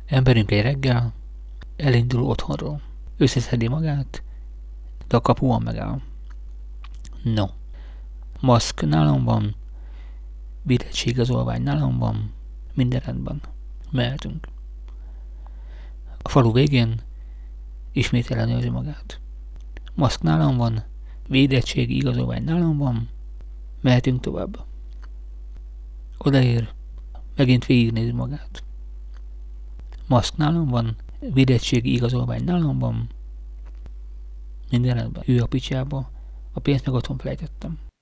Emberünk egy reggel elindul otthonról. Összeszedi magát, de a kapuban megáll. No. Maszk nálam van, védettségigazolvány nálam van, minden rendben. Mehetünk. A falu végén ismét ellenőrzi magát. Maszk nálam van, védettségigazolvány nálam van, mehetünk tovább. Odaér, megint végignézi magát. Maszk nálam van, védettségi igazolvány nálam van, minden rendben. Ő a picsába, a pénzt meg otthon felejtettem.